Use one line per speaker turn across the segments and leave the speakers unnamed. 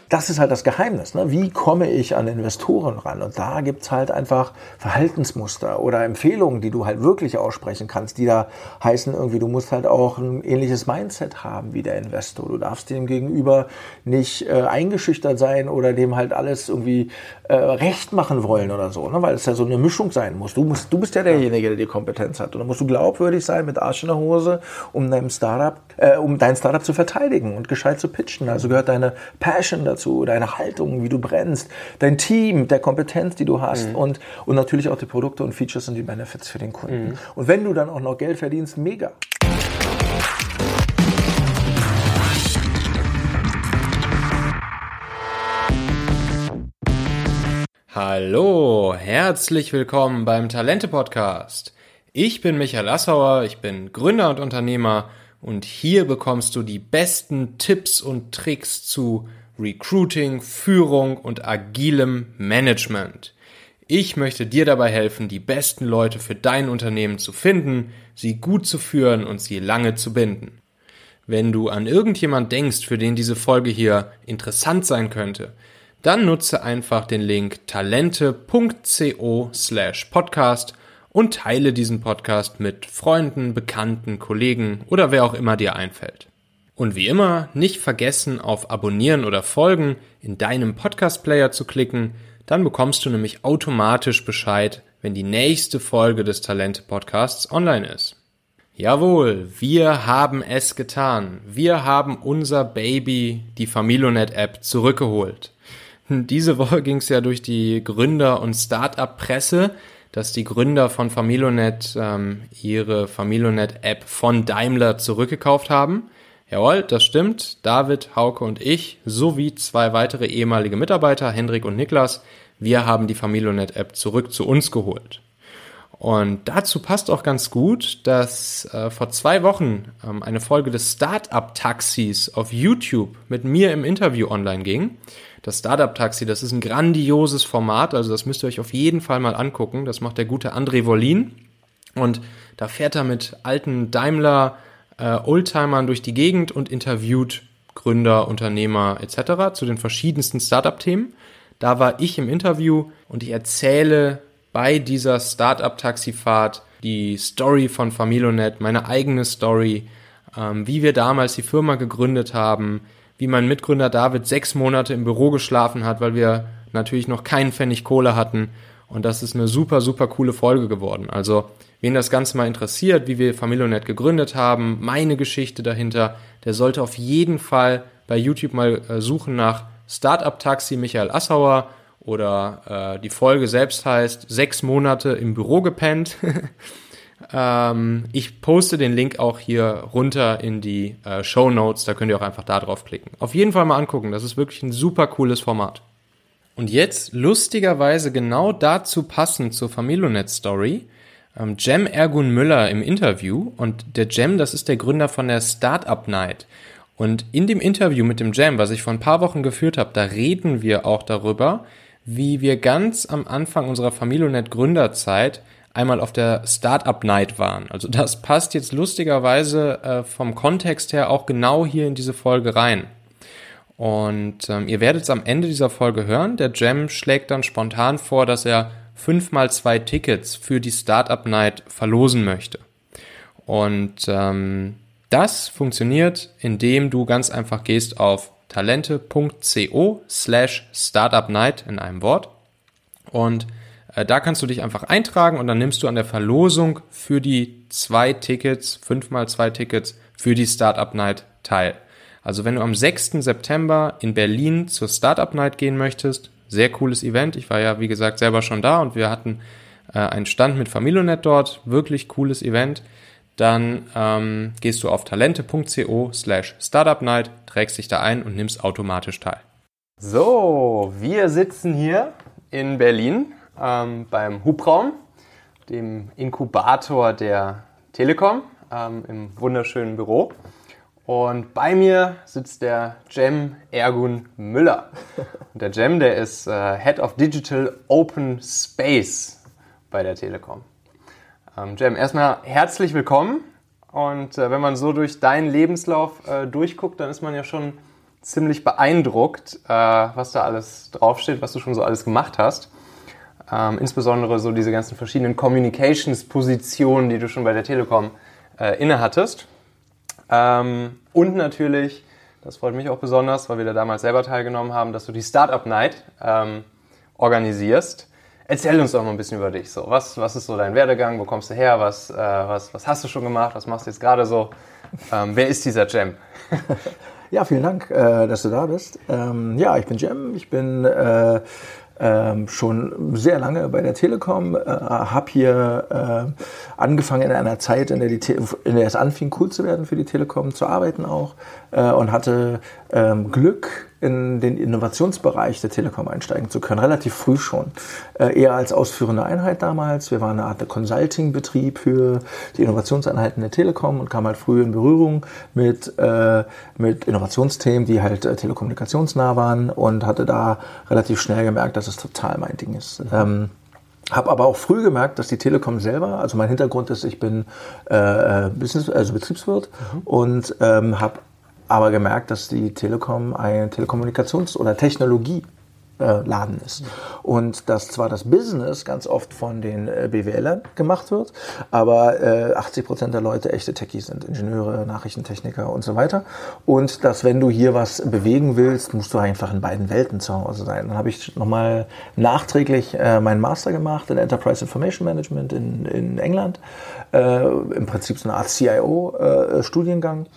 das ist halt das Geheimnis. Ne? Wie komme ich an Investoren ran? Und da gibt's halt einfach Verhaltensmuster oder Empfehlungen, die du halt wirklich aussprechen kannst, die da heißen irgendwie, du musst halt auch ein ähnliches Mindset haben wie der Investor. Du darfst dem gegenüber nicht eingeschüchtert sein oder dem halt alles irgendwie recht machen wollen oder so, ne? Weil es ja so eine Mischung sein muss. Du bist ja derjenige, der die Kompetenz hat. Und dann musst du glaubwürdig sein mit Arsch in der Hose, um dein Startup zu verteidigen und gescheit zu pitchen. Also gehört deine Passion dazu, deine Haltung, wie du brennst, dein Team, der Kompetenz, die du hast und natürlich auch die Produkte und Features und die Benefits für den Kunden. Und wenn du dann auch noch Geld verdienst, mega.
Hallo, herzlich willkommen beim Talente-Podcast. Ich bin Michael Assauer, ich bin Gründer und Unternehmer und hier bekommst du die besten Tipps und Tricks zu Recruiting, Führung und agilem Management. Ich möchte dir dabei helfen, die besten Leute für dein Unternehmen zu finden, sie gut zu führen und sie lange zu binden. Wenn du an irgendjemand denkst, für den diese Folge hier interessant sein könnte, dann nutze einfach den Link talente.co/podcast und teile diesen Podcast mit Freunden, Bekannten, Kollegen oder wer auch immer dir einfällt. Und wie immer, nicht vergessen, auf Abonnieren oder Folgen in deinem Podcast-Player zu klicken, dann bekommst du nämlich automatisch Bescheid, wenn die nächste Folge des Talente-Podcasts online ist. Jawohl, wir haben es getan. Wir haben unser Baby, die Familonet-App, zurückgeholt. Diese Woche ging es ja durch die Gründer- und Start-up-Presse, dass die Gründer von Familonet ihre Familonet-App von Daimler zurückgekauft haben. Jawohl, das stimmt. David, Hauke und ich sowie 2 weitere ehemalige Mitarbeiter, Hendrik und Niklas, wir haben die Familonet-App zurück zu uns geholt. Und dazu passt auch ganz gut, dass vor 2 Wochen eine Folge des Startup-Taxis auf YouTube mit mir im Interview online ging. Das Startup-Taxi, das ist ein grandioses Format, also das müsst ihr euch auf jeden Fall mal angucken. Das macht der gute André Wollin und da fährt er mit alten Daimler Oldtimern durch die Gegend und interviewt Gründer, Unternehmer etc. zu den verschiedensten Startup-Themen. Da war ich im Interview und ich erzähle bei dieser Startup-Taxifahrt die Story von Familonet, meine eigene Story, wie wir damals die Firma gegründet haben, wie mein Mitgründer David 6 Monate im Büro geschlafen hat, weil wir natürlich noch keinen Pfennig Kohle hatten. Und das ist eine super, super coole Folge geworden. Also, wen das Ganze mal interessiert, wie wir Familonet gegründet haben, meine Geschichte dahinter, der sollte auf jeden Fall bei YouTube mal suchen nach Startup Taxi Michael Assauer oder die Folge selbst heißt 6 Monate im Büro gepennt. Ich poste den Link auch hier runter in die Shownotes, da könnt ihr auch einfach da drauf klicken. Auf jeden Fall mal angucken, das ist wirklich ein super cooles Format. Und jetzt, lustigerweise genau dazu passend zur Familonet-Story, Cem Ergun Müller im Interview. Und der Cem, das ist der Gründer von der Startup Night. Und in dem Interview mit dem Cem, was ich vor ein paar Wochen geführt habe, da reden wir auch darüber, wie wir ganz am Anfang unserer Familonet-Gründerzeit einmal auf der Startup Night waren. Also das passt jetzt lustigerweise vom Kontext her auch genau hier in diese Folge rein. Und ihr werdet es am Ende dieser Folge hören. Der Cem schlägt dann spontan vor, dass er 5x2 Tickets für die Startup Night verlosen möchte. Und das funktioniert, indem du ganz einfach gehst auf talente.co/startupnight in einem Wort und da kannst du dich einfach eintragen und dann nimmst du an der Verlosung für die 2 Tickets, 5x2 Tickets für die Startup Night teil. Also wenn du am 6. September in Berlin zur Startup Night gehen möchtest, sehr cooles Event. Ich war ja, wie gesagt, selber schon da und wir hatten einen Stand mit Familonet dort, wirklich cooles Event. Dann gehst du auf talente.co/startupnight, trägst dich da ein und nimmst automatisch teil. So, wir sitzen hier in Berlin beim Hubraum, dem Inkubator der Telekom, im wunderschönen Büro. Und bei mir sitzt der Cem Ergun Müller. Und der Cem, der ist Head of Digital Open Space bei der Telekom. Cem, erstmal herzlich willkommen. Und wenn man so durch deinen Lebenslauf durchguckt, dann ist man ja schon ziemlich beeindruckt, was da alles draufsteht, was du schon so alles gemacht hast. Insbesondere so diese ganzen verschiedenen Communications-Positionen, die du schon bei der Telekom innehattest. Und natürlich, das freut mich auch besonders, weil wir da damals selber teilgenommen haben, dass du die Startup Night organisierst. Erzähl uns doch mal ein bisschen über dich. So, was ist so dein Werdegang? Wo kommst du her? Was hast du schon gemacht? Was machst du jetzt gerade so? Wer ist dieser Cem?
Ja, vielen Dank, dass du da bist. Ja, ich bin Cem. Ich bin schon sehr lange bei der Telekom, habe hier angefangen in einer Zeit, in der es anfing, cool zu werden für die Telekom, zu arbeiten auch, und hatte Glück, in den Innovationsbereich der Telekom einsteigen zu können, relativ früh schon. Eher als ausführende Einheit damals. Wir waren eine Art Consulting-Betrieb für die Innovationseinheiten der Telekom und kamen halt früh in Berührung mit Innovationsthemen, die halt telekommunikationsnah waren, und hatte da relativ schnell gemerkt, dass es total mein Ding ist. Habe aber auch früh gemerkt, dass die Telekom selber, also mein Hintergrund ist, ich bin Betriebswirt, und habe aber gemerkt, dass die Telekom ein Telekommunikations- oder Technologieladen ist. Und dass zwar das Business ganz oft von den BWLern gemacht wird, aber 80% der Leute echte Techies sind, Ingenieure, Nachrichtentechniker und so weiter. Und dass, wenn du hier was bewegen willst, musst du einfach in beiden Welten zu Hause sein. Dann habe ich nochmal nachträglich meinen Master gemacht in Enterprise Information Management in England. Im Prinzip so eine Art CIO-Studiengang.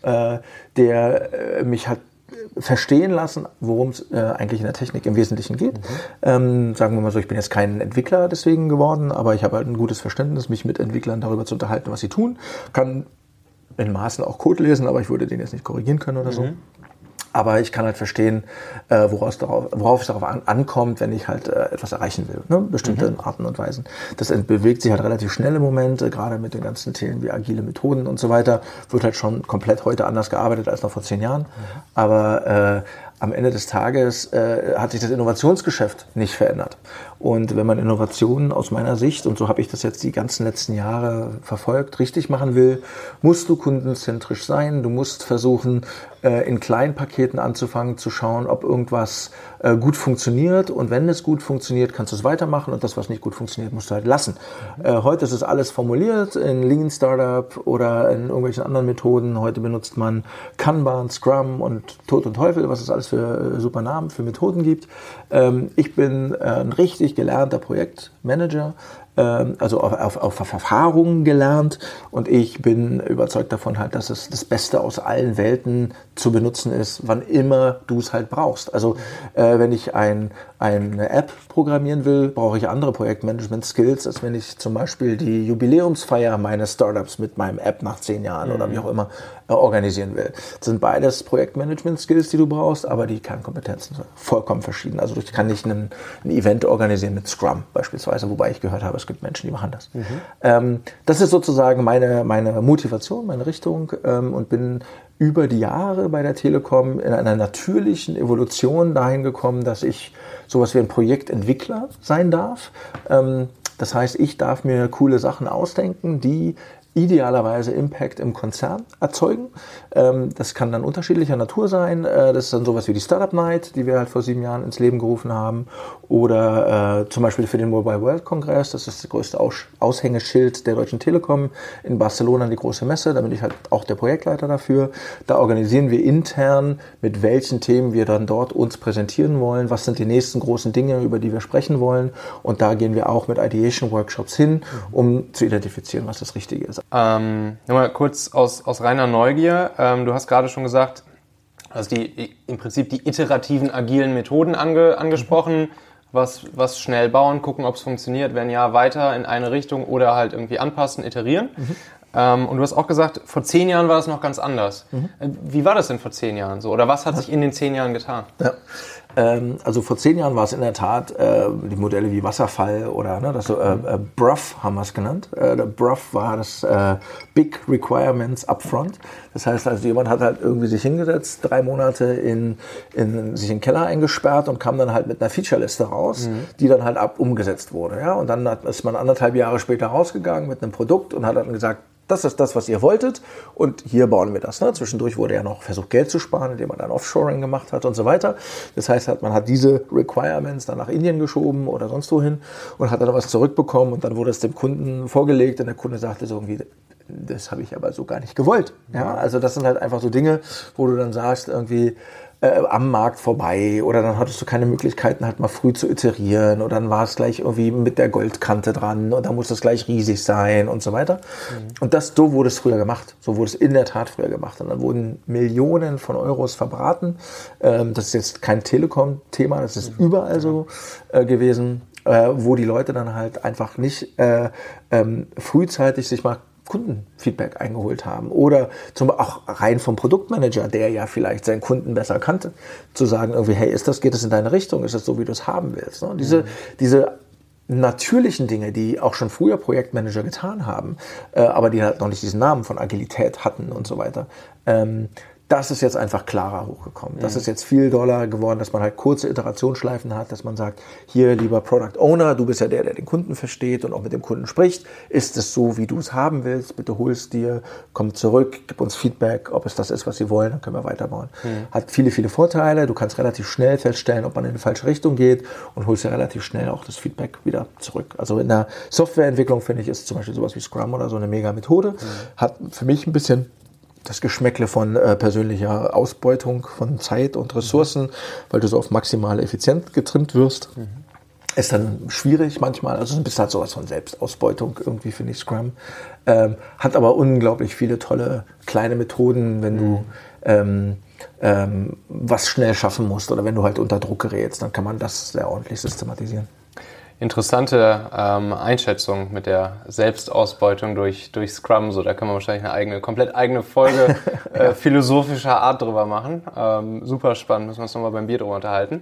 Der mich hat verstehen lassen, worum es eigentlich in der Technik im Wesentlichen geht. Sagen wir mal so, ich bin jetzt kein Entwickler deswegen geworden, aber ich habe halt ein gutes Verständnis, mich mit Entwicklern darüber zu unterhalten, was sie tun. Kann in Maßen auch Code lesen, aber ich würde den jetzt nicht korrigieren können oder so. Aber ich kann halt verstehen, worauf es darauf ankommt, wenn ich halt etwas erreichen will. Ne? Bestimmte Arten und Weisen. Das bewegt sich halt relativ schnell im Moment, gerade mit den ganzen Themen wie agile Methoden und so weiter. Wird halt schon komplett heute anders gearbeitet als noch vor 10 Jahren. Aber am Ende des Tages hat sich das Innovationsgeschäft nicht verändert. Und wenn man Innovationen aus meiner Sicht, und so habe ich das jetzt die ganzen letzten Jahre verfolgt, richtig machen will, musst du kundenzentrisch sein. Du musst versuchen, in kleinen Paketen anzufangen, zu schauen, ob irgendwas gut funktioniert. Und wenn es gut funktioniert, kannst du es weitermachen. Und das, was nicht gut funktioniert, musst du halt lassen. Heute ist es alles formuliert in Lean Startup oder in irgendwelchen anderen Methoden. Heute benutzt man Kanban, Scrum und Tod und Teufel, was es alles für super Namen, für Methoden gibt. Ich bin ein richtig gelernter Projektmanager, also auf Erfahrungen gelernt, und ich bin überzeugt davon halt, dass es das Beste aus allen Welten zu benutzen ist, wann immer du es halt brauchst. Also wenn ich eine App programmieren will, brauche ich andere Projektmanagement-Skills, als wenn ich zum Beispiel die Jubiläumsfeier meines Startups mit meinem App nach 10 Jahren oder wie auch immer organisieren will. Das sind beides Projektmanagement-Skills, die du brauchst, aber die Kernkompetenzen sind vollkommen verschieden. Also ich kann nicht ein Event organisieren mit Scrum beispielsweise, wobei ich gehört habe, es gibt Menschen, die machen das. Das ist sozusagen meine Motivation, meine Richtung, und bin über die Jahre bei der Telekom in einer natürlichen Evolution dahin gekommen, dass ich sowas wie ein Projektentwickler sein darf. Das heißt, ich darf mir coole Sachen ausdenken, die idealerweise Impact im Konzern erzeugen. Das kann dann unterschiedlicher Natur sein. Das ist dann sowas wie die Startup Night, die wir halt vor 7 Jahren ins Leben gerufen haben. Oder zum Beispiel für den Mobile World Congress. Das ist das größte Aushängeschild der Deutschen Telekom in Barcelona, die große Messe. Da bin ich halt auch der Projektleiter dafür. Da organisieren wir intern, mit welchen Themen wir dann dort uns präsentieren wollen. Was sind die nächsten großen Dinge, über die wir sprechen wollen. Und da gehen wir auch mit Ideation Workshops hin, um zu identifizieren, was das Richtige ist.
Nochmal kurz aus reiner Neugier. Du hast gerade schon gesagt, also im Prinzip die iterativen, agilen Methoden angesprochen. Was schnell bauen, gucken, ob es funktioniert. Wenn ja, weiter in eine Richtung oder halt irgendwie anpassen, iterieren. Und du hast auch gesagt, vor 10 Jahren war das noch ganz anders. Wie war das denn vor 10 Jahren so? Oder was hat sich in den 10 Jahren getan?
Ja. Also vor 10 Jahren war es in der Tat die Modelle wie Wasserfall oder BRUF haben wir es genannt. Der BRUF war das Big Requirements Upfront. Das heißt also, jemand hat halt irgendwie sich hingesetzt, 3 Monate sich in den Keller eingesperrt und kam dann halt mit einer Featureliste raus, die dann halt umgesetzt wurde. Ja? Und dann ist man 1,5 Jahre später rausgegangen mit einem Produkt und hat dann gesagt, das ist das, was ihr wolltet und hier bauen wir das. Ne? Zwischendurch wurde ja noch versucht, Geld zu sparen, indem man dann Offshoring gemacht hat und so weiter. Das heißt, man hat diese Requirements dann nach Indien geschoben oder sonst wohin und hat dann was zurückbekommen und dann wurde es dem Kunden vorgelegt und der Kunde sagte so irgendwie, das habe ich aber so gar nicht gewollt. Ja? Also das sind halt einfach so Dinge, wo du dann sagst, irgendwie, am Markt vorbei oder dann hattest du keine Möglichkeiten, halt mal früh zu iterieren oder dann war es gleich irgendwie mit der Goldkante dran und dann muss es gleich riesig sein und so weiter. Und so wurde es früher gemacht. So wurde es in der Tat früher gemacht. Und dann wurden Millionen von Euros verbraten. Das ist jetzt kein Telekom-Thema, das ist überall so gewesen, wo die Leute dann halt einfach nicht frühzeitig sich mal Kundenfeedback eingeholt haben oder auch rein vom Produktmanager, der ja vielleicht seinen Kunden besser kannte, zu sagen irgendwie, hey, geht es in deine Richtung, ist das so, wie du es haben willst? Ne? Diese natürlichen Dinge, die auch schon früher Projektmanager getan haben, aber die halt noch nicht diesen Namen von Agilität hatten und so weiter, das ist jetzt einfach klarer hochgekommen. Das ist jetzt viel doller geworden, dass man halt kurze Iterationsschleifen hat, dass man sagt, hier, lieber Product Owner, du bist ja der den Kunden versteht und auch mit dem Kunden spricht. Ist es so, wie du es haben willst? Bitte hol es dir, komm zurück, gib uns Feedback, ob es das ist, was sie wollen, dann können wir weiterbauen. Hat viele, viele Vorteile. Du kannst relativ schnell feststellen, ob man in die falsche Richtung geht und holst ja relativ schnell auch das Feedback wieder zurück. Also in der Softwareentwicklung, finde ich, ist zum Beispiel sowas wie Scrum oder so eine mega Methode. Hat für mich ein bisschen das Geschmäckle von persönlicher Ausbeutung von Zeit und Ressourcen, weil du so auf maximale Effizienz getrimmt wirst. Ist dann schwierig manchmal, also ein bisschen halt sowas von Selbstausbeutung irgendwie, finde ich, Scrum. Hat aber unglaublich viele tolle kleine Methoden, wenn du was schnell schaffen musst oder wenn du halt unter Druck gerätst, dann kann man das sehr ordentlich systematisieren.
Interessante Einschätzung mit der Selbstausbeutung durch Scrum. So, da kann man wahrscheinlich eine komplett eigene Folge philosophischer Art drüber machen. Super spannend, müssen wir uns nochmal beim Bier drüber unterhalten.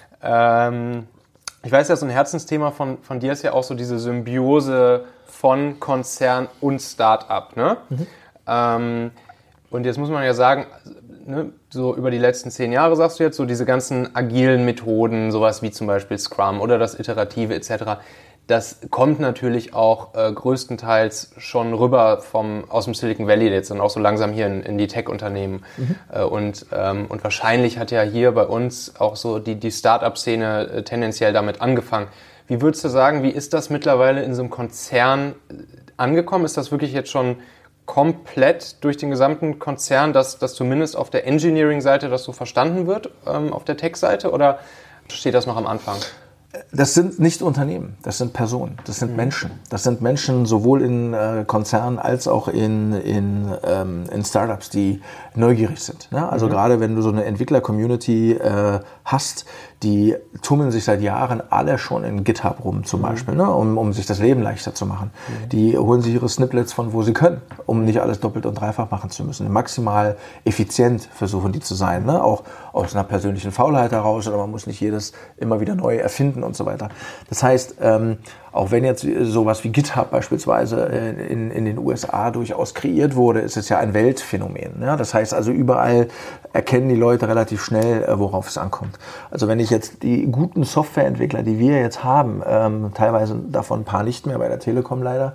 Ich weiß ja, so ein Herzensthema von dir ist ja auch so diese Symbiose von Konzern und Start-up. Ne? Und jetzt muss man ja sagen, ne, so über die letzten 10 Jahre, sagst du jetzt, so diese ganzen agilen Methoden, sowas wie zum Beispiel Scrum oder das Iterative etc., das kommt natürlich auch größtenteils schon rüber aus dem Silicon Valley, jetzt dann auch so langsam hier in die Tech-Unternehmen. Und wahrscheinlich hat ja hier bei uns auch so die Start-up-Szene tendenziell damit angefangen. Wie würdest du sagen, wie ist das mittlerweile in so einem Konzern angekommen? Ist das wirklich jetzt schon komplett durch den gesamten Konzern, dass zumindest auf der Engineering-Seite das so verstanden wird, auf der Tech-Seite, oder steht das noch am Anfang?
Das sind nicht Unternehmen, das sind Personen, das sind Menschen. Das sind Menschen sowohl in Konzernen als auch in Startups, die neugierig sind. Ne? Also gerade wenn du so eine Entwickler-Community hast, die tummeln sich seit Jahren alle schon in GitHub rum zum Beispiel, ne? um sich das Leben leichter zu machen. Die holen sich ihre Snippets von wo sie können, um nicht alles doppelt und dreifach machen zu müssen. Maximal effizient versuchen die zu sein, ne? Auch aus einer persönlichen Faulheit heraus, oder man muss nicht jedes immer wieder neu erfinden und so weiter. Das heißt, auch wenn jetzt sowas wie GitHub beispielsweise in den USA durchaus kreiert wurde, ist es ja ein Weltphänomen. Ja? Das heißt also, überall erkennen die Leute relativ schnell, worauf es ankommt. Also wenn ich jetzt die guten Softwareentwickler, die wir jetzt haben, teilweise davon ein paar nicht mehr bei der Telekom leider,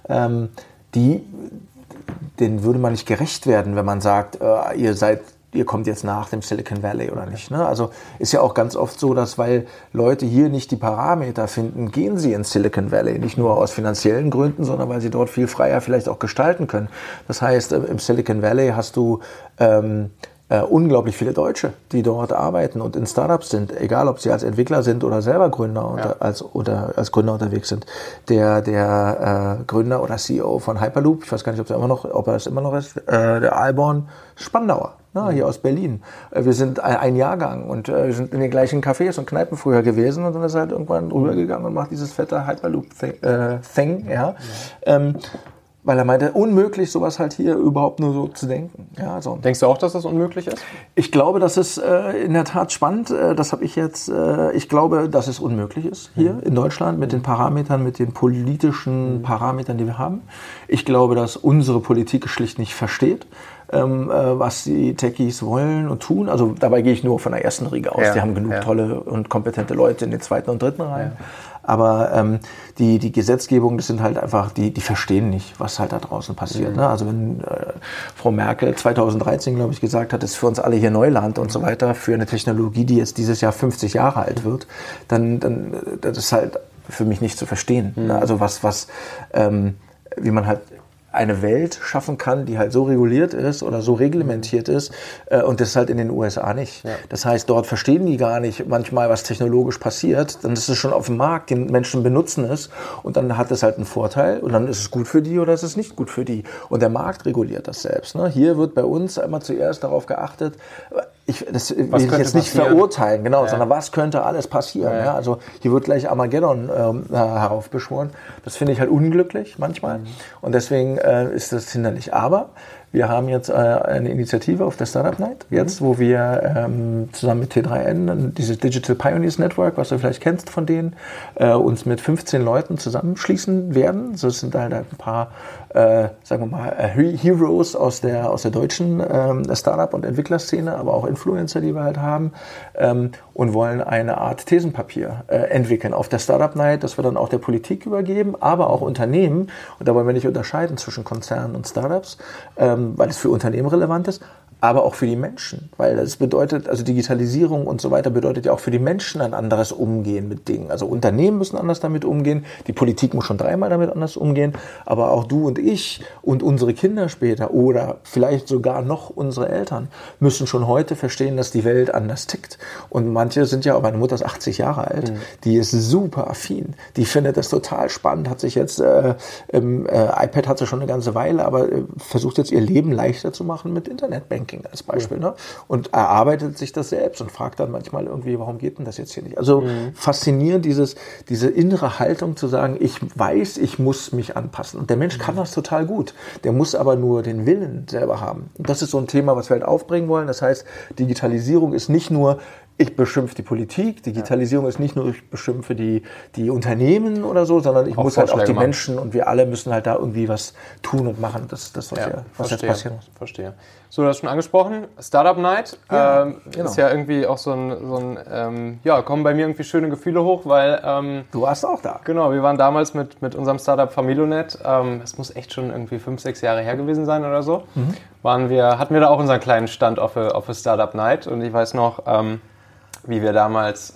denen würde man nicht gerecht werden, wenn man sagt, ihr kommt jetzt nach dem Silicon Valley oder nicht. Ne? Also ist ja auch ganz oft so, dass weil Leute hier nicht die Parameter finden, gehen sie ins Silicon Valley. Nicht nur aus finanziellen Gründen, sondern weil sie dort viel freier vielleicht auch gestalten können. Das heißt, im Silicon Valley hast du unglaublich viele Deutsche, die dort arbeiten und in Startups sind, egal ob sie als Entwickler sind oder selber Gründer als Gründer unterwegs sind. Der Gründer oder CEO von Hyperloop, ich weiß gar nicht, ob er es immer noch ist, der Alborn Spandauer, hier aus Berlin. Wir sind ein Jahrgang und wir sind in den gleichen Cafés und Kneipen früher gewesen und dann ist er halt irgendwann rübergegangen und macht dieses fette Hyperloop-Thing. Weil er meinte, unmöglich, sowas halt hier überhaupt nur so zu denken. Ja, so.
Denkst du auch, dass das unmöglich ist?
Ich glaube, das ist in der Tat spannend. Das habe ich jetzt. Ich glaube, dass es unmöglich ist hier in Deutschland mit den Parametern, mit den politischen Parametern, die wir haben. Ich glaube, dass unsere Politik schlicht nicht versteht, was die Techies wollen und tun. Also dabei gehe ich nur von der ersten Riege aus. Die haben genug tolle und kompetente Leute in den zweiten und dritten Reihen. Ja. Aber die Gesetzgebung, das sind halt einfach, die verstehen nicht, was halt da draußen passiert. Ne? Also wenn Frau Merkel 2013, glaube ich, gesagt hat, das ist für uns alle hier Neuland und so weiter, für eine Technologie, die jetzt dieses Jahr 50 Jahre alt wird, dann das ist halt für mich nicht zu verstehen. Ne? Also wie man halt eine Welt schaffen kann, die halt so reguliert ist oder so reglementiert ist und das halt in den USA nicht. Ja. Das heißt, dort verstehen die gar nicht manchmal, was technologisch passiert. Dann ist es schon auf dem Markt, die Menschen benutzen es und dann hat es halt einen Vorteil und dann ist es gut für die oder ist es nicht gut für die. Und der Markt reguliert das selbst. Ne? Hier wird bei uns einmal zuerst darauf geachtet, das will ich jetzt nicht verurteilen, genau, sondern was könnte alles passieren. Ja. Ja? Also hier wird gleich Armageddon heraufbeschworen. Das finde ich halt unglücklich manchmal und deswegen ist das hinderlich. Aber wir haben jetzt eine Initiative auf der Startup Night, jetzt, wo wir zusammen mit T3N, dieses Digital Pioneers Network, was du vielleicht kennst von denen, uns mit 15 Leuten zusammenschließen werden. So sind halt ein paar, sagen wir mal, Heroes aus der deutschen Startup- und Entwicklerszene, aber auch Influencer, die wir halt haben, und wollen eine Art Thesenpapier entwickeln auf der Startup Night, das wir dann auch der Politik übergeben, aber auch Unternehmen. Und da wollen wir nicht unterscheiden zwischen Konzernen und Startups, weil es für Unternehmen relevant ist, aber auch für die Menschen, weil das bedeutet, also Digitalisierung und so weiter bedeutet ja auch für die Menschen ein anderes Umgehen mit Dingen. Also Unternehmen müssen anders damit umgehen, die Politik muss schon dreimal damit anders umgehen, aber auch du und ich und unsere Kinder später oder vielleicht sogar noch unsere Eltern müssen schon heute verstehen, dass die Welt anders tickt. Und manche sind ja, meine Mutter ist 80 Jahre alt, die ist super affin, die findet das total spannend, hat sich jetzt, iPad hat sie schon eine ganze Weile, aber versucht jetzt ihr Leben leichter zu machen mit Internetbanking als Beispiel. Ne? Und erarbeitet sich das selbst und fragt dann manchmal irgendwie, warum geht denn das jetzt hier nicht? Also faszinierend, diese innere Haltung zu sagen, ich weiß, ich muss mich anpassen. Und der Mensch kann das total gut. Der muss aber nur den Willen selber haben. Und das ist so ein Thema, was wir halt aufbringen wollen. Das heißt, Digitalisierung ist nicht nur, ich beschimpfe die Politik, Digitalisierung ist nicht nur, ich beschimpfe die Unternehmen oder so, sondern ich muss halt auch die Menschen und wir alle müssen halt da irgendwie was tun und machen. Das was jetzt passieren muss.
Verstehe. So, du hast schon angesprochen, Startup Night ist ja irgendwie auch so ein kommen bei mir irgendwie schöne Gefühle hoch, weil...
du warst auch da.
Genau, wir waren damals mit unserem Startup Familonet, es muss echt schon irgendwie 5-6 Jahre her gewesen sein oder so, hatten wir da auch unseren kleinen Stand auf der Startup Night und ich weiß noch, wie wir damals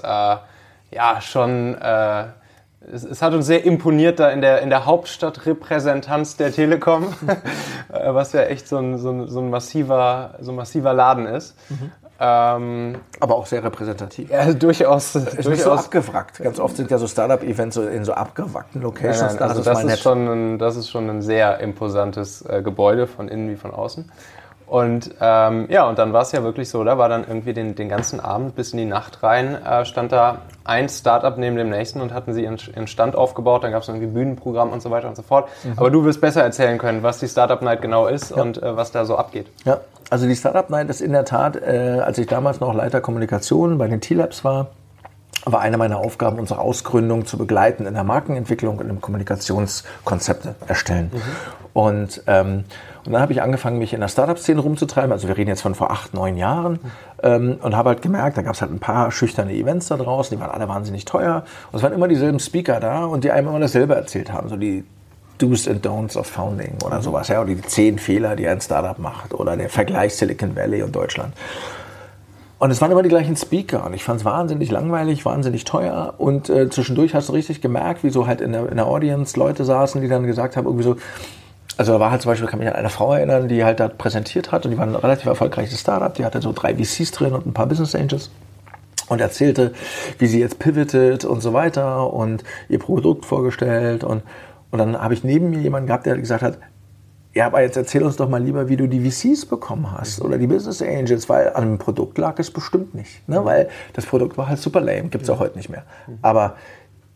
es hat uns sehr imponiert da in der Hauptstadtrepräsentanz der Telekom, was ja echt so ein massiver Laden ist.
Aber auch sehr repräsentativ.
Ja, durchaus.
Es ist nicht so abgewrackt. Ganz oft sind ja so Startup-Events so in so abgewrackten Locations.
Nein, also das ist schon ein sehr imposantes Gebäude von innen wie von außen. Und und dann war es ja wirklich so, da war dann irgendwie den ganzen Abend bis in die Nacht rein, stand da ein Startup neben dem nächsten und hatten sie ihren Stand aufgebaut, dann gab es irgendwie Bühnenprogramm und so weiter und so fort. Aber du wirst besser erzählen können, was die Startup Night genau ist und was da so abgeht.
Ja, also die Startup Night ist in der Tat, als ich damals noch Leiter Kommunikation bei den T-Labs war eine meiner Aufgaben, unsere Ausgründung zu begleiten in der Markenentwicklung und im Kommunikationskonzepte erstellen. Und dann habe ich angefangen, mich in der Startup-Szene rumzutreiben. Also wir reden jetzt von vor 8-9 Jahren. Und habe halt gemerkt, da gab es halt ein paar schüchterne Events da draußen, die waren alle wahnsinnig teuer. Und es waren immer dieselben Speaker da und die einem immer dasselbe erzählt haben. So die Do's and Don'ts of Founding oder sowas. Ja, oder die 10 Fehler, die ein Startup macht. Oder der Vergleich Silicon Valley und Deutschland. Und es waren immer die gleichen Speaker und ich fand es wahnsinnig langweilig, wahnsinnig teuer und zwischendurch hast du richtig gemerkt, wie so halt in der Audience Leute saßen, die dann gesagt haben, irgendwie so, also da war halt zum Beispiel, kann mich an eine Frau erinnern, die halt da präsentiert hat und die war ein relativ erfolgreiches Startup, die hatte so 3 VCs drin und ein paar Business Angels und erzählte, wie sie jetzt pivotet und so weiter und ihr Produkt vorgestellt und dann habe ich neben mir jemanden gehabt, der gesagt hat, ja, aber jetzt erzähl uns doch mal lieber, wie du die VCs bekommen hast oder die Business Angels, weil an dem Produkt lag es bestimmt nicht, ne? Weil das Produkt war halt super lame, gibt es auch heute nicht mehr. Aber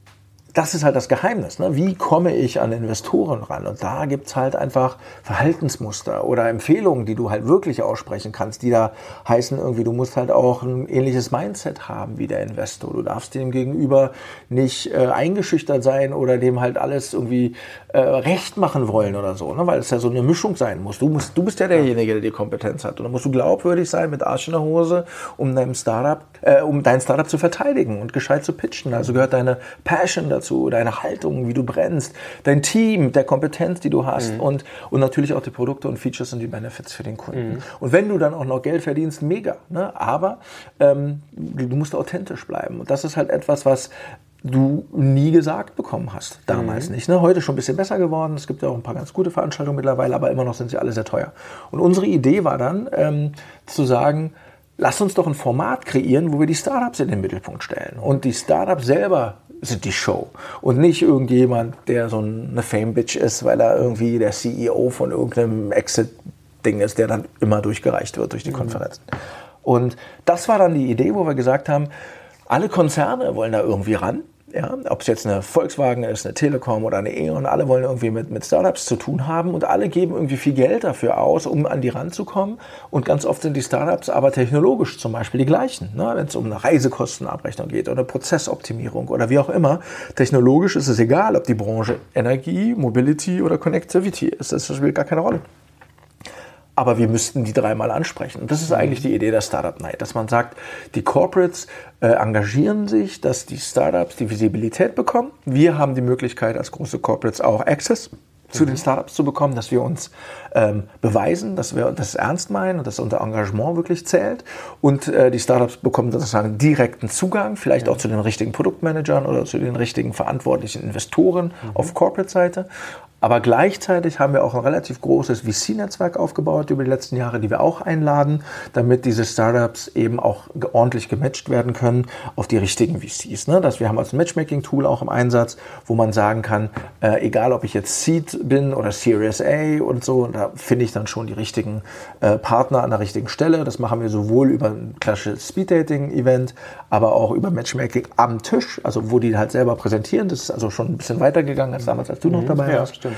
das ist halt das Geheimnis. Ne? Wie komme ich an Investoren ran? Und da gibt's halt einfach Verhaltensmuster oder Empfehlungen, die du halt wirklich aussprechen kannst, die da heißen irgendwie, du musst halt auch ein ähnliches Mindset haben wie der Investor. Du darfst dem gegenüber nicht eingeschüchtert sein oder dem halt alles irgendwie recht machen wollen oder so, ne? Weil es ja so eine Mischung sein muss. Du bist ja derjenige, der die Kompetenz hat. Und dann musst du glaubwürdig sein mit Arsch in der Hose, um dein Startup zu verteidigen und gescheit zu pitchen. Also gehört deine Passion dazu, deine Haltung, wie du brennst, dein Team, der Kompetenz, die du hast und natürlich auch die Produkte und Features und die Benefits für den Kunden. Und wenn du dann auch noch Geld verdienst, mega. Ne? Aber du musst authentisch bleiben. Und das ist halt etwas, was du nie gesagt bekommen hast, damals nicht. Ne? Heute schon ein bisschen besser geworden. Es gibt ja auch ein paar ganz gute Veranstaltungen mittlerweile, aber immer noch sind sie alle sehr teuer. Und unsere Idee war dann, zu sagen, lass uns doch ein Format kreieren, wo wir die Startups in den Mittelpunkt stellen. Und die Startups selber sind die Show. Und nicht irgendjemand, der so eine Fame-Bitch ist, weil er irgendwie der CEO von irgendeinem Exit-Ding ist, der dann immer durchgereicht wird durch die Konferenzen. Und das war dann die Idee, wo wir gesagt haben, alle Konzerne wollen da irgendwie ran. Ja, ob es jetzt eine Volkswagen ist, eine Telekom oder eine E.ON, alle wollen irgendwie mit Startups zu tun haben und alle geben irgendwie viel Geld dafür aus, um an die ranzukommen. Und ganz oft sind die Startups aber technologisch zum Beispiel die gleichen. Ne? Wenn es um eine Reisekostenabrechnung geht oder Prozessoptimierung oder wie auch immer. Technologisch ist es egal, ob die Branche Energie, Mobility oder Connectivity ist. Das spielt gar keine Rolle. Aber wir müssten die dreimal ansprechen. Und das ist eigentlich die Idee der Startup Night, dass man sagt, die Corporates engagieren sich, dass die Startups die Visibilität bekommen. Wir haben die Möglichkeit, als große Corporates auch Access zu den Startups zu bekommen, dass wir uns beweisen, dass wir das ernst meinen und dass unser Engagement wirklich zählt. Und die Startups bekommen sozusagen direkten Zugang, vielleicht auch zu den richtigen Produktmanagern oder zu den richtigen verantwortlichen Investoren auf Corporate-Seite. Aber gleichzeitig haben wir auch ein relativ großes VC-Netzwerk aufgebaut über die letzten Jahre, die wir auch einladen, damit diese Startups eben auch ordentlich gematcht werden können auf die richtigen VCs. Ne? Wir haben als Matchmaking-Tool auch im Einsatz, wo man sagen kann, egal ob ich jetzt Seed bin oder Series A und so, da finde ich dann schon die richtigen Partner an der richtigen Stelle. Das machen wir sowohl über ein klassisches Speed-Dating-Event, aber auch über Matchmaking am Tisch, also wo die halt selber präsentieren. Das ist also schon ein bisschen weitergegangen als damals, als du noch dabei warst.
Stimmt.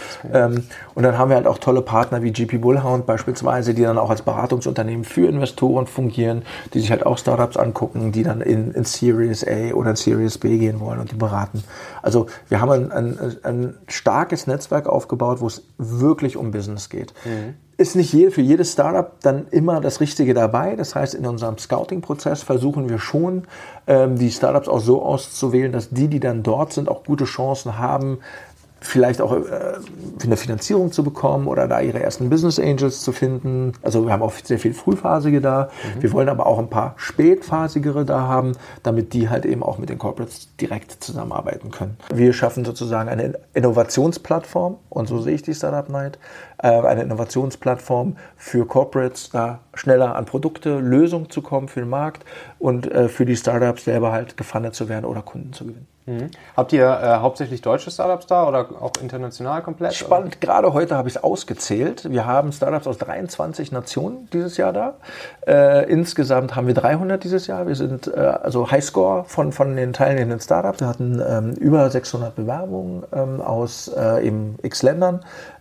Und dann haben wir halt auch tolle Partner wie GP Bullhound beispielsweise, die dann auch als Beratungsunternehmen für Investoren fungieren, die sich halt auch Startups angucken, die dann in Series A oder in Series B gehen wollen und die beraten. Also wir haben ein starkes Netzwerk aufgebaut, wo es wirklich um Business geht. Ist nicht für jedes Startup dann immer das Richtige dabei. Das heißt, in unserem Scouting-Prozess versuchen wir schon, die Startups auch so auszuwählen, dass die dann dort sind, auch gute Chancen haben, vielleicht auch eine Finanzierung zu bekommen oder da ihre ersten Business Angels zu finden. Also wir haben auch sehr viel Frühphasige da. Wir wollen aber auch ein paar Spätphasigere da haben, damit die halt eben auch mit den Corporates direkt zusammenarbeiten können. Wir schaffen sozusagen eine Innovationsplattform, und so sehe ich die Startup Night, eine Innovationsplattform für Corporates, da schneller an Produkte, Lösungen zu kommen für den Markt und für die Startups selber halt gefundet zu werden oder Kunden zu gewinnen.
Habt ihr hauptsächlich deutsche Startups da oder auch international komplett?
Spannend, gerade heute habe ich es ausgezählt. Wir haben Startups aus 23 Nationen dieses Jahr da. Insgesamt haben wir 300 dieses Jahr. Wir sind also Highscore von den teilnehmenden Startups. Wir hatten über 600 Bewerbungen aus eben x Ländern,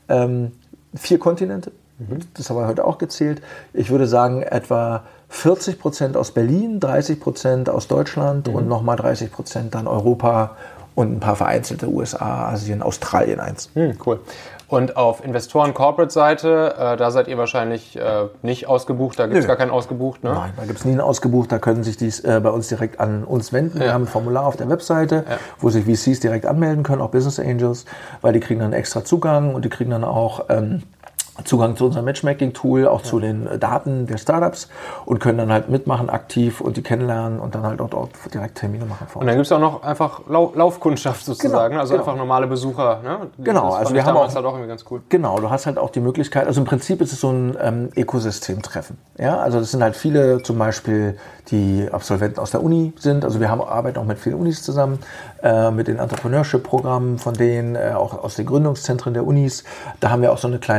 4 Kontinente. Das haben wir heute auch gezählt. Ich würde sagen, etwa 40% aus Berlin, 30% aus Deutschland und nochmal 30% dann Europa und ein paar vereinzelte USA, Asien, Australien eins.
Cool. Und auf Investoren-Corporate-Seite, da seid ihr wahrscheinlich nicht ausgebucht, da gibt es gar keinen ausgebucht, ne?
Nein, da gibt es nie einen ausgebucht, da können sich die bei uns direkt an uns wenden. Wir haben ein Formular auf der Webseite, wo sich VCs direkt anmelden können, auch Business Angels, weil die kriegen dann extra Zugang und die kriegen dann auch Zugang zu unserem Matchmaking-Tool, auch zu den Daten der Startups und können dann halt mitmachen, aktiv und die kennenlernen und dann halt auch dort direkt Termine machen.
Und dann gibt es auch noch einfach Laufkundschaft sozusagen, einfach normale Besucher. Ne?
Genau,
das
also wir haben auch
halt auch irgendwie ganz cool.
Genau, du hast halt auch die Möglichkeit, also im Prinzip ist es so ein Ökosystemtreffen. Ja, also das sind halt viele, zum Beispiel die Absolventen aus der Uni sind, also wir arbeiten auch mit vielen Unis zusammen, mit den Entrepreneurship-Programmen von denen, auch aus den Gründungszentren der Unis. Da haben wir auch so eine kleine Versuchsanlage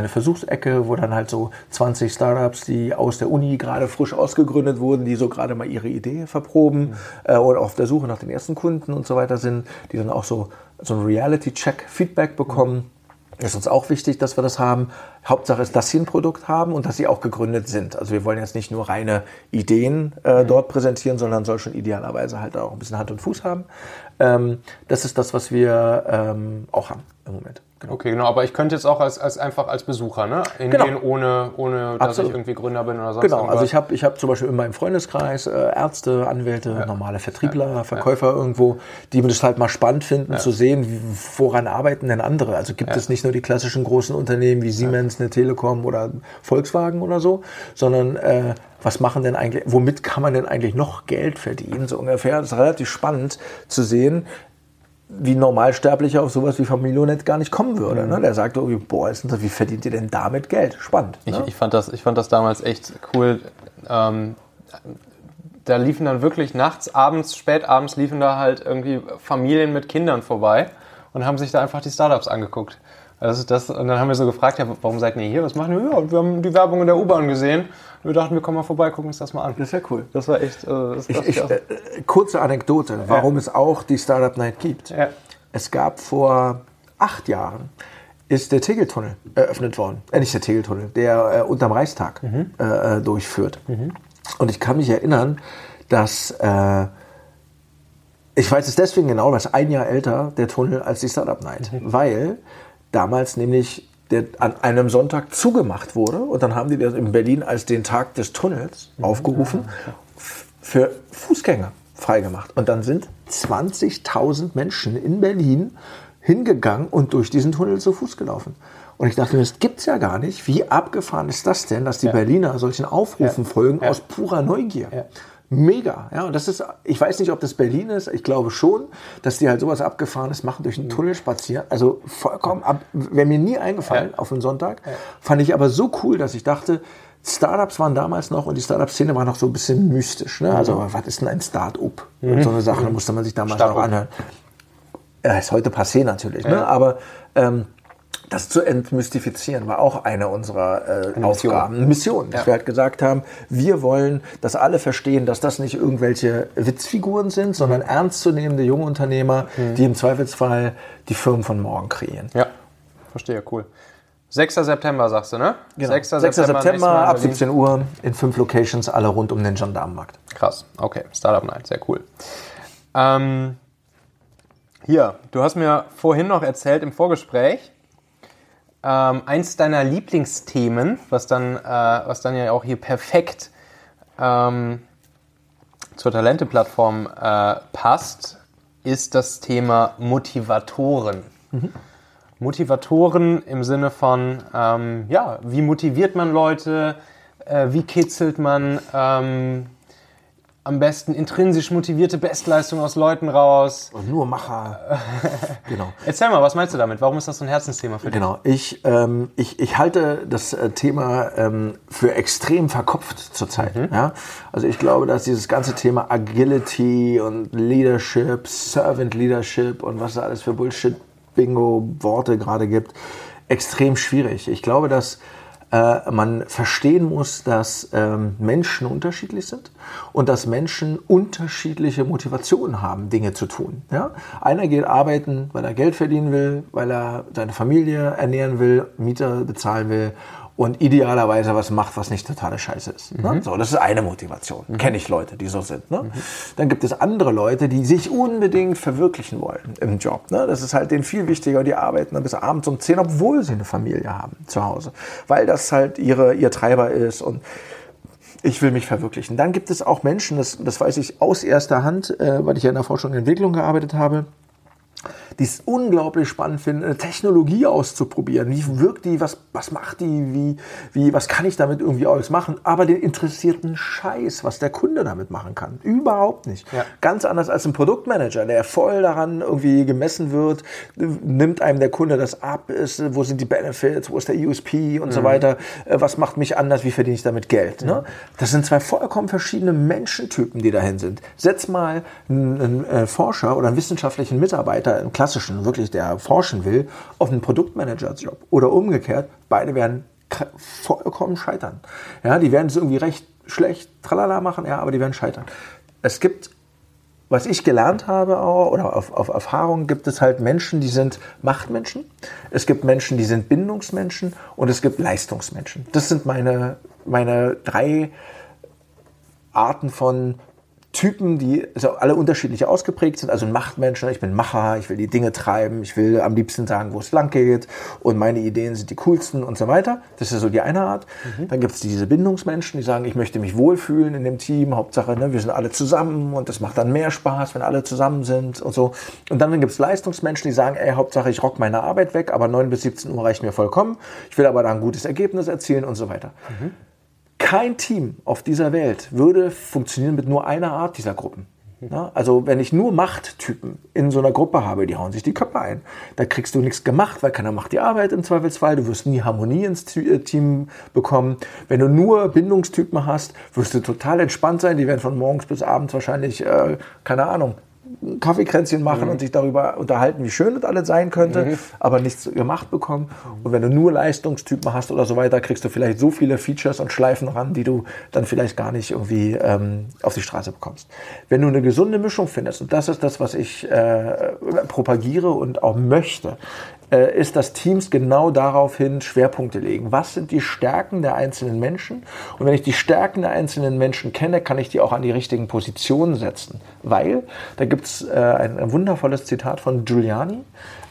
Gründungsecke, wo dann halt so 20 Startups, die aus der Uni gerade frisch ausgegründet wurden, die so gerade mal ihre Idee verproben oder auf der Suche nach den ersten Kunden und so weiter sind, die dann auch so ein Reality-Check-Feedback bekommen. Das ist uns auch wichtig, dass wir das haben. Hauptsache ist, dass sie ein Produkt haben und dass sie auch gegründet sind. Also wir wollen jetzt nicht nur reine Ideen dort präsentieren, sondern soll schon idealerweise halt auch ein bisschen Hand und Fuß haben. Das ist das, was wir auch haben im Moment.
Genau. Okay, genau, aber ich könnte jetzt auch einfach als Besucher hingehen, ohne dass ich irgendwie Gründer bin oder sonst
Genau,
irgendwas.
also ich hab zum Beispiel in meinem Freundeskreis Ärzte, Anwälte, normale Vertriebler, Verkäufer irgendwo, die das halt mal spannend finden, zu sehen, woran arbeiten denn andere. Also gibt es nicht nur die klassischen großen Unternehmen wie Siemens, eine Telekom oder Volkswagen oder so, sondern was machen denn eigentlich, womit kann man denn eigentlich noch Geld verdienen, so ungefähr. Das ist relativ spannend zu sehen, wie Normalsterblicher auf sowas wie Familionet gar nicht kommen würde. Ne? Der sagt irgendwie, wie verdient ihr denn damit Geld? Spannend. Ne?
Ich fand das damals echt cool. Da liefen dann wirklich nachts, abends, spätabends liefen da halt irgendwie Familien mit Kindern vorbei und haben sich da einfach die Startups angeguckt. Und dann haben wir so gefragt, ja, warum seid ihr hier? Was machen wir? Ja, wir haben die Werbung in der U-Bahn gesehen. Wir dachten, wir kommen mal vorbei, gucken uns das mal an.
Das ist ja cool.
Das war echt...
kurze Anekdote, warum es auch die Startup Night gibt.
Ja.
Es gab vor 8 Jahren, ist der Tegeltunnel eröffnet worden. Nicht der Tegeltunnel, der unterm Reichstag durchführt. Und ich kann mich erinnern, dass... ich weiß es deswegen genau, weil es 1 Jahr älter, der Tunnel, als die Startup Night. Weil damals nämlich der an einem Sonntag zugemacht wurde und dann haben die das in Berlin als den Tag des Tunnels aufgerufen, für Fußgänger freigemacht. Und dann sind 20.000 Menschen in Berlin hingegangen und durch diesen Tunnel zu Fuß gelaufen. Und ich dachte mir, das gibt's ja gar nicht. Wie abgefahren ist das denn, dass die Berliner solchen Aufrufen folgen aus purer Neugier? Ja. Mega, ja, und das ist, ich weiß nicht, ob das Berlin ist, ich glaube schon, dass die halt sowas Abgefahrenes machen, durch einen Tunnel spazieren, also vollkommen, wäre mir nie eingefallen auf einen Sonntag, fand ich aber so cool, dass ich dachte, Startups waren damals noch und die Startup-Szene war noch so ein bisschen mystisch, ne? Also, was ist denn ein Start-up? So eine Sache, da musste man sich damals noch anhören. Ja, ist heute passé natürlich, ne? Aber, das zu entmystifizieren war auch eine unserer Aufgaben, Mission. Dass wir halt gesagt haben, wir wollen, dass alle verstehen, dass das nicht irgendwelche Witzfiguren sind, sondern ernstzunehmende junge Unternehmer, die im Zweifelsfall die Firmen von morgen kreieren.
Ja, verstehe, cool. 6. September sagst du, ne?
Genau. 6. September ab 17 Uhr in 5 Locations, alle rund um den Gendarmenmarkt.
Krass, okay. Startup Night, sehr cool. Hier, du hast mir vorhin noch erzählt im Vorgespräch, eins deiner Lieblingsthemen, was dann ja auch hier perfekt zur Talente-Plattform passt, ist das Thema Motivatoren. Motivatoren im Sinne von, wie motiviert man Leute, wie kitzelt man am besten intrinsisch motivierte Bestleistung aus Leuten raus.
Und nur Macher.
Genau. Erzähl mal, was meinst du damit? Warum ist das so ein Herzensthema für dich?
Genau. Ich halte das Thema für extrem verkopft zurzeit. Ja? Also ich glaube, dass dieses ganze Thema Agility und Leadership, Servant Leadership und was es alles für Bullshit-Bingo-Worte gerade gibt, extrem schwierig. Ich glaube, dass man verstehen muss, dass Menschen unterschiedlich sind und dass Menschen unterschiedliche Motivationen haben, Dinge zu tun. Ja? Einer geht arbeiten, weil er Geld verdienen will, weil er seine Familie ernähren will, Miete bezahlen will und idealerweise was macht, was nicht totale Scheiße ist. Ne? So, das ist eine Motivation. Kenne ich Leute, die so sind. Ne? Dann gibt es andere Leute, die sich unbedingt verwirklichen wollen im Job. Ne? Das ist halt denen viel wichtiger. Die arbeiten dann bis abends um 10, obwohl sie eine Familie haben zu Hause. Weil das halt ihr Treiber ist und ich will mich verwirklichen. Dann gibt es auch Menschen, das weiß ich aus erster Hand, weil ich ja in der Forschung und Entwicklung gearbeitet habe, die es unglaublich spannend finden, eine Technologie auszuprobieren. Wie wirkt die, was macht die, was kann ich damit irgendwie alles machen? Aber den interessierten Scheiß, was der Kunde damit machen kann. Überhaupt nicht. Ja. Ganz anders als ein Produktmanager, der voll daran irgendwie gemessen wird, nimmt einem der Kunde das ab, wo sind die Benefits, wo ist der USP und so weiter, was macht mich anders, wie verdiene ich damit Geld. Ne? Das sind 2 vollkommen verschiedene Menschentypen, die dahin sind. Setz mal einen Forscher oder einen wissenschaftlichen Mitarbeiter, einen klassischen, wirklich, der forschen will, auf einen Produktmanager-Job. Oder umgekehrt, beide werden vollkommen scheitern. Ja, die werden es irgendwie recht schlecht, tralala machen, ja, aber die werden scheitern. Es gibt, was ich gelernt habe auch, oder auf Erfahrung gibt es halt Menschen, die sind Machtmenschen. Es gibt Menschen, die sind Bindungsmenschen und es gibt Leistungsmenschen. Das sind meine 3 Arten von Typen, die also alle unterschiedlich ausgeprägt sind. Also ein Machtmensch, ich bin Macher, ich will die Dinge treiben, ich will am liebsten sagen, wo es lang geht und meine Ideen sind die coolsten und so weiter. Das ist so die eine Art. Dann gibt es diese Bindungsmenschen, die sagen, ich möchte mich wohlfühlen in dem Team, Hauptsache, wir sind alle zusammen und das macht dann mehr Spaß, wenn alle zusammen sind und so. Und dann gibt es Leistungsmenschen, die sagen, Hauptsache, ich rock meine Arbeit weg, aber 9 bis 17 Uhr reicht mir vollkommen. Ich will aber da ein gutes Ergebnis erzielen und so weiter. Kein Team auf dieser Welt würde funktionieren mit nur einer Art dieser Gruppen. Ja, also wenn ich nur Machttypen in so einer Gruppe habe, die hauen sich die Köpfe ein. Da kriegst du nichts gemacht, weil keiner macht die Arbeit im Zweifelsfall. Du wirst nie Harmonie ins Team bekommen. Wenn du nur Bindungstypen hast, wirst du total entspannt sein. Die werden von morgens bis abends wahrscheinlich, keine Ahnung, Kaffeekränzchen machen und sich darüber unterhalten, wie schön das alles sein könnte, aber nichts gemacht bekommen. Und wenn du nur Leistungstypen hast oder so weiter, kriegst du vielleicht so viele Features und Schleifen ran, die du dann vielleicht gar nicht irgendwie auf die Straße bekommst. Wenn du eine gesunde Mischung findest, und das ist das, was ich propagiere und auch möchte, ist, dass Teams genau daraufhin Schwerpunkte legen. Was sind die Stärken der einzelnen Menschen? Und wenn ich die Stärken der einzelnen Menschen kenne, kann ich die auch an die richtigen Positionen setzen. Weil, da gibt es ein wundervolles Zitat von Giuliani.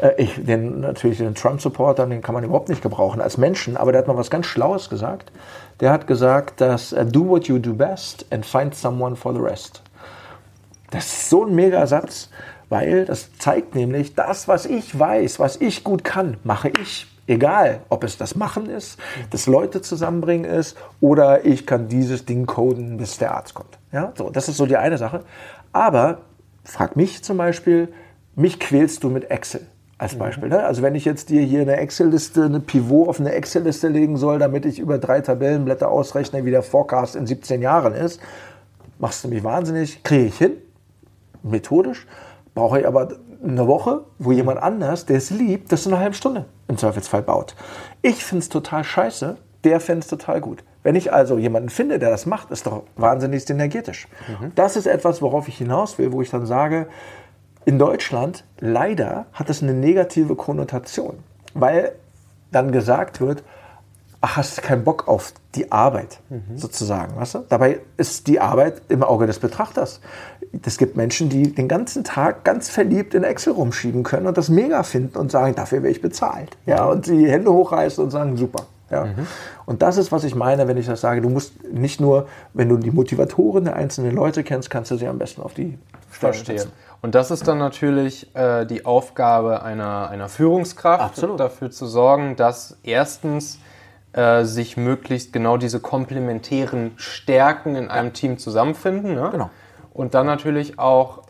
Den Trump-Supporter, den kann man überhaupt nicht gebrauchen als Menschen, aber der hat mal was ganz Schlaues gesagt. Der hat gesagt, dass do what you do best and find someone for the rest. Das ist so ein Megasatz, weil das zeigt nämlich, das, was ich weiß, was ich gut kann, mache ich. Egal, ob es das Machen ist, das Leute zusammenbringen ist oder ich kann dieses Ding coden, bis der Arzt kommt. Ja, so, das ist so die eine Sache. Aber, frag mich zum Beispiel, mich quälst du mit Excel als Beispiel. Ne? Also wenn ich jetzt dir hier eine Excel-Liste, eine Pivot auf eine Excel-Liste legen soll, damit ich über 3 Tabellenblätter ausrechne, wie der Forecast in 17 Jahren ist, machst du mich wahnsinnig, kriege ich hin, methodisch. Brauche ich aber eine Woche, wo jemand anders, der es liebt, das in einer halben Stunde im Zweifelsfall baut. Ich finde es total scheiße, der fände es total gut. Wenn ich also jemanden finde, der das macht, ist doch wahnsinnig synergetisch. Das ist etwas, worauf ich hinaus will, wo ich dann sage, in Deutschland leider hat es eine negative Konnotation, weil dann gesagt wird, ach, hast du keinen Bock auf die Arbeit, sozusagen, weißt du? Dabei ist die Arbeit im Auge des Betrachters. Es gibt Menschen, die den ganzen Tag ganz verliebt in Excel rumschieben können und das mega finden und sagen, dafür werde ich bezahlt. Ja, und die Hände hochreißen und sagen, super. Ja. Und das ist, was ich meine, wenn ich das sage. Du musst nicht nur, wenn du die Motivatoren der einzelnen Leute kennst, kannst du sie am besten auf die Stelle setzen.
Und das ist dann natürlich die Aufgabe einer Führungskraft, dafür zu sorgen, dass erstens sich möglichst genau diese komplementären Stärken in einem Team zusammenfinden. Ne?
Genau.
Und dann natürlich auch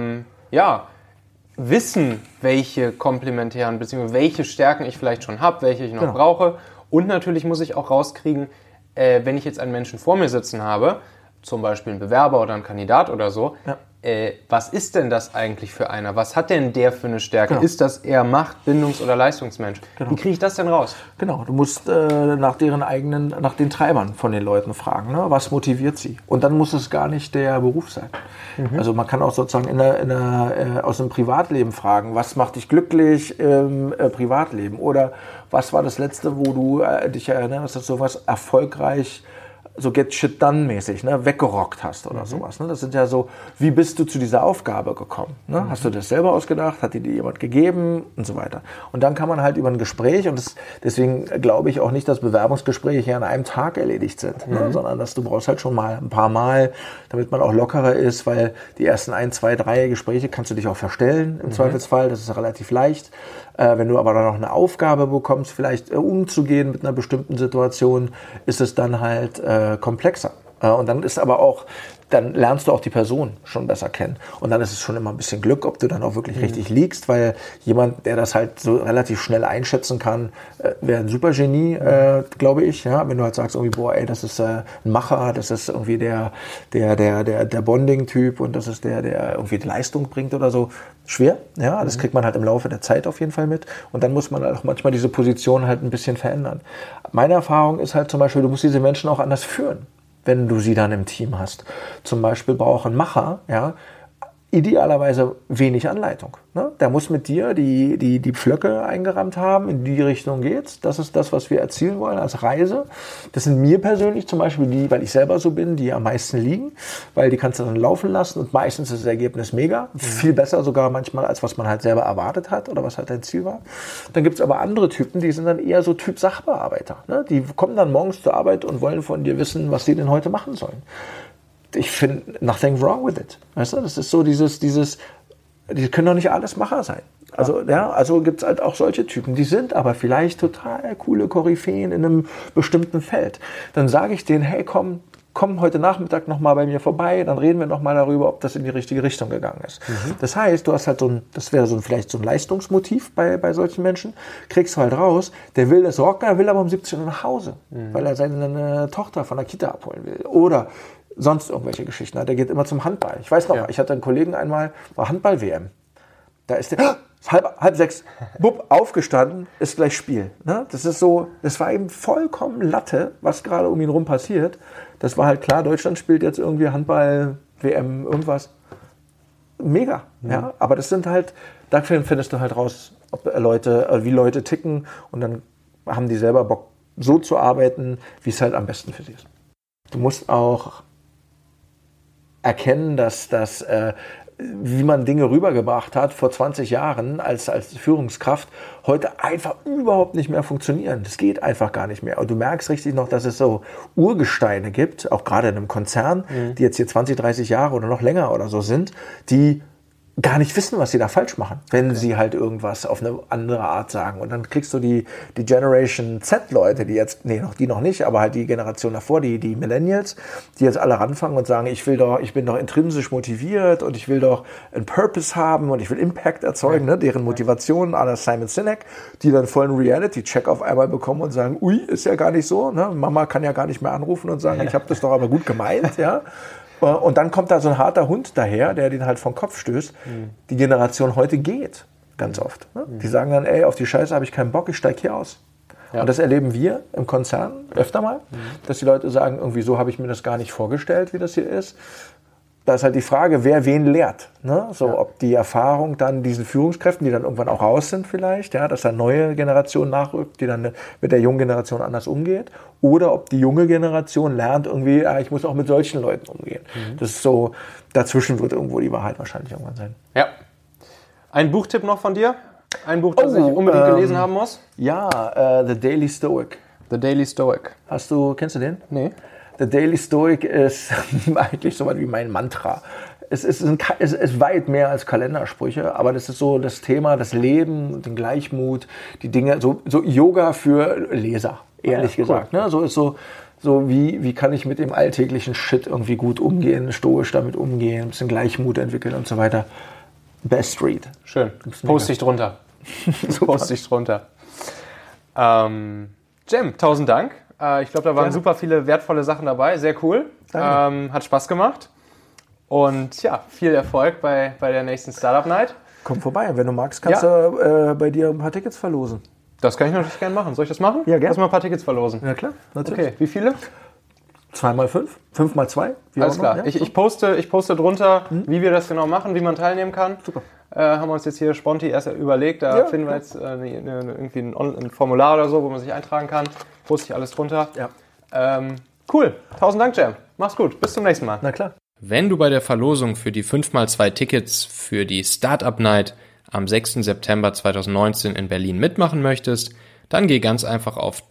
wissen, welche komplementären bzw. welche Stärken ich vielleicht schon habe, welche ich noch brauche. Und natürlich muss ich auch rauskriegen, wenn ich jetzt einen Menschen vor mir sitzen habe, zum Beispiel einen Bewerber oder einen Kandidat oder so, was ist denn das eigentlich für einer? Was hat denn der für eine Stärke? Ist das eher Macht-, Bindungs- oder Leistungsmensch? Wie kriege ich das denn raus?
Genau, du musst nach den Treibern von den Leuten fragen. Ne? Was motiviert sie? Und dann muss es gar nicht der Beruf sein. Also man kann auch sozusagen aus dem Privatleben fragen, was macht dich glücklich im Privatleben? Oder was war das Letzte, wo du dich erinnerst, dass sowas erfolgreich so Get Shit Done mäßig, ne, weggerockt hast oder sowas. Ne? Das sind ja so, wie bist du zu dieser Aufgabe gekommen? Ne? Hast du das selber ausgedacht? Hat dir jemand gegeben? Und so weiter. Und dann kann man halt über ein Gespräch, und deswegen glaube ich auch nicht, dass Bewerbungsgespräche hier an einem Tag erledigt sind, ne? Sondern dass du brauchst halt schon mal ein paar Mal, damit man auch lockerer ist, weil die ersten 1, 2, 3 Gespräche kannst du dich auch verstellen im Zweifelsfall. Das ist relativ leicht. Wenn du aber dann noch eine Aufgabe bekommst, vielleicht umzugehen mit einer bestimmten Situation, ist es dann halt komplexer. Und dann ist aber auch dann lernst du auch die Person schon besser kennen. Und dann ist es schon immer ein bisschen Glück, ob du dann auch wirklich richtig liegst, weil jemand, der das halt so relativ schnell einschätzen kann, wäre ein super Genie, glaube ich. Ja? Wenn du halt sagst, irgendwie, boah, ey, das ist ein Macher, das ist irgendwie der Bonding-Typ und das ist der irgendwie die Leistung bringt oder so. Schwer, ja, das kriegt man halt im Laufe der Zeit auf jeden Fall mit. Und dann muss man halt auch manchmal diese Position halt ein bisschen verändern. Meine Erfahrung ist halt zum Beispiel, du musst diese Menschen auch anders führen, wenn du sie dann im Team hast. Zum Beispiel braucht ein Macher, ja, idealerweise wenig Anleitung. Ne? Der muss mit dir die Pflöcke eingerammt haben, in die Richtung geht's. Das ist das, was wir erzielen wollen als Reise. Das sind mir persönlich zum Beispiel die, weil ich selber so bin, die am meisten liegen, weil die kannst du dann laufen lassen und meistens ist das Ergebnis mega. Viel besser sogar manchmal, als was man halt selber erwartet hat oder was halt dein Ziel war. Dann gibt's aber andere Typen, die sind dann eher so Typ Sachbearbeiter. Ne? Die kommen dann morgens zur Arbeit und wollen von dir wissen, was sie denn heute machen sollen. Ich finde, nothing wrong with it. Weißt du, das ist so die können doch nicht alles Macher sein. Also gibt es halt auch solche Typen, die sind aber vielleicht total coole Koryphäen in einem bestimmten Feld. Dann sage ich denen, hey, komm heute Nachmittag nochmal bei mir vorbei, dann reden wir nochmal darüber, ob das in die richtige Richtung gegangen ist. Das heißt, du hast halt das wäre vielleicht so ein Leistungsmotiv bei solchen Menschen, kriegst du halt raus, der will das rocken, er will aber um 17 Uhr nach Hause, weil er seine Tochter von der Kita abholen will. Oder sonst irgendwelche Geschichten. Der geht immer zum Handball. Ich weiß noch, ich hatte einen Kollegen einmal, war Handball-WM. Da ist der halb 6, bupp, aufgestanden, ist gleich Spiel. Ne? Das war eben vollkommen Latte, was gerade um ihn rum passiert. Das war halt klar, Deutschland spielt jetzt irgendwie Handball-WM, irgendwas. Mega. Ja? Aber das sind halt, dafür findest du halt raus, wie Leute ticken und dann haben die selber Bock, so zu arbeiten, wie es halt am besten für sie ist. Du musst auch erkennen, dass wie man Dinge rübergebracht hat vor 20 Jahren als Führungskraft, heute einfach überhaupt nicht mehr funktionieren. Das geht einfach gar nicht mehr. Und du merkst richtig noch, dass es so Urgesteine gibt, auch gerade in einem Konzern, die jetzt hier 20, 30 Jahre oder noch länger oder so sind, die gar nicht wissen, was sie da falsch machen, wenn sie halt irgendwas auf eine andere Art sagen. Und dann kriegst du die Generation Z-Leute, die jetzt, die noch nicht, aber halt die Generation davor, die Millennials, die jetzt alle ranfangen und sagen, ich bin doch intrinsisch motiviert und ich will doch einen Purpose haben und ich will Impact erzeugen, ne? Deren Motivation à la Simon Sinek, die dann vollen Reality-Check auf einmal bekommen und sagen, ui, ist ja gar nicht so, ne? Mama kann ja gar nicht mehr anrufen und sagen, ich habe das doch aber gut gemeint, ja. Und dann kommt da so ein harter Hund daher, der den halt vom Kopf stößt. Die Generation heute geht ganz oft. Ne? Die sagen dann, ey, auf die Scheiße habe ich keinen Bock, ich steige hier aus. Ja. Und das erleben wir im Konzern öfter mal, dass die Leute sagen, irgendwie so habe ich mir das gar nicht vorgestellt, wie das hier ist. Da ist halt die Frage, wer wen lehrt. Ne? Ob die Erfahrung dann diesen Führungskräften, die dann irgendwann auch raus sind vielleicht, ja, dass da neue Generation nachrückt, die dann mit der jungen Generation anders umgeht. Oder ob die junge Generation lernt irgendwie, ich muss auch mit solchen Leuten umgehen. Das ist so, dazwischen wird irgendwo die Wahrheit wahrscheinlich irgendwann sein.
Ja. Ein Buchtipp noch von dir? Ein Buch, das ich unbedingt gelesen haben muss?
Ja, The Daily Stoic.
The Daily Stoic.
Kennst du den?
Nee.
The Daily Stoic ist eigentlich so was wie mein Mantra. Es ist weit mehr als Kalendersprüche, aber das ist so das Thema, das Leben, den Gleichmut, die Dinge, so Yoga für Leser, ehrlich gesagt. Cool. Ne? So ist so wie kann ich mit dem alltäglichen Shit irgendwie gut umgehen, stoisch damit umgehen, ein bisschen Gleichmut entwickeln und so weiter. Best Read.
Schön. Poste ich drunter. Jem, 1000 Dank. Ich glaube, da waren super viele wertvolle Sachen dabei. Sehr cool. Hat Spaß gemacht. Und ja, viel Erfolg bei der nächsten Startup Night.
Komm vorbei. Wenn du magst, kannst du bei dir ein paar Tickets verlosen.
Das kann ich natürlich gerne machen. Soll ich das machen?
Ja, gerne.
Lass mal ein paar Tickets verlosen.
Ja, klar. Natürlich.
Okay, wie viele?
2x5, 5x2.
Alles klar. Ja, ich poste drunter, wie wir das genau machen, wie man teilnehmen kann. Super. Haben wir uns jetzt hier sponti erst überlegt. Da finden wir jetzt irgendwie ein Formular oder so, wo man sich eintragen kann. Poste ich alles drunter. Ja. Cool. 1000 Dank, Jem. Mach's gut. Bis zum nächsten Mal.
Na klar.
Wenn du bei der Verlosung für die 5x2 Tickets für die Startup Night am 6. September 2019 in Berlin mitmachen möchtest, dann geh ganz einfach auf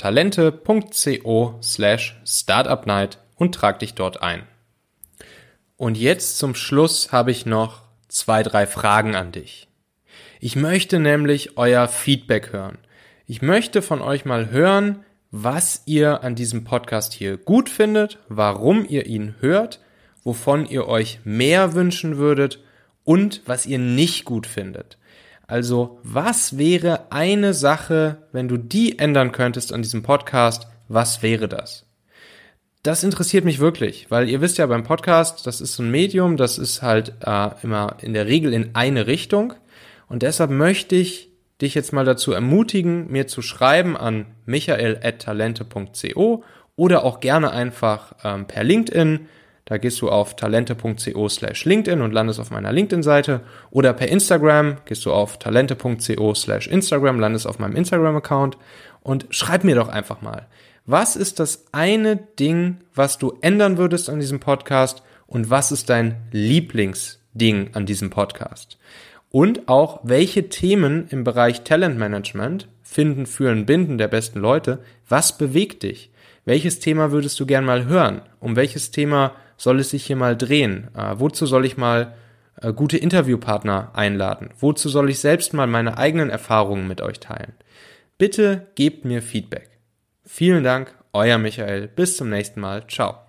talente.co/startupnight und trag dich dort ein. Und jetzt zum Schluss habe ich noch 2, 3 Fragen an dich. Ich möchte nämlich euer Feedback hören. Ich möchte von euch mal hören, was ihr an diesem Podcast hier gut findet, warum ihr ihn hört wovon ihr euch mehr wünschen würdet und was ihr nicht gut findet. Also, was wäre eine Sache, wenn du die ändern könntest an diesem Podcast, was wäre das? Das interessiert mich wirklich, weil ihr wisst ja beim Podcast, das ist so ein Medium, das ist halt immer in der Regel in eine Richtung und deshalb möchte ich dich jetzt mal dazu ermutigen, mir zu schreiben an michael@talente.co oder auch gerne einfach per LinkedIn. Da gehst du auf talente.co/LinkedIn und landest auf meiner LinkedIn-Seite oder per Instagram gehst du auf talente.co/Instagram, landest auf meinem Instagram-Account und schreib mir doch einfach mal, was ist das eine Ding, was du ändern würdest an diesem Podcast und was ist dein Lieblingsding an diesem Podcast? Und auch, welche Themen im Bereich Talentmanagement, Finden, Führen, Binden der besten Leute, was bewegt dich? Welches Thema würdest du gern mal hören? Um welches Thema soll es sich hier mal drehen? Wozu soll ich mal gute Interviewpartner einladen? Wozu soll ich selbst mal meine eigenen Erfahrungen mit euch teilen? Bitte gebt mir Feedback. Vielen Dank, euer Michael. Bis zum nächsten Mal. Ciao.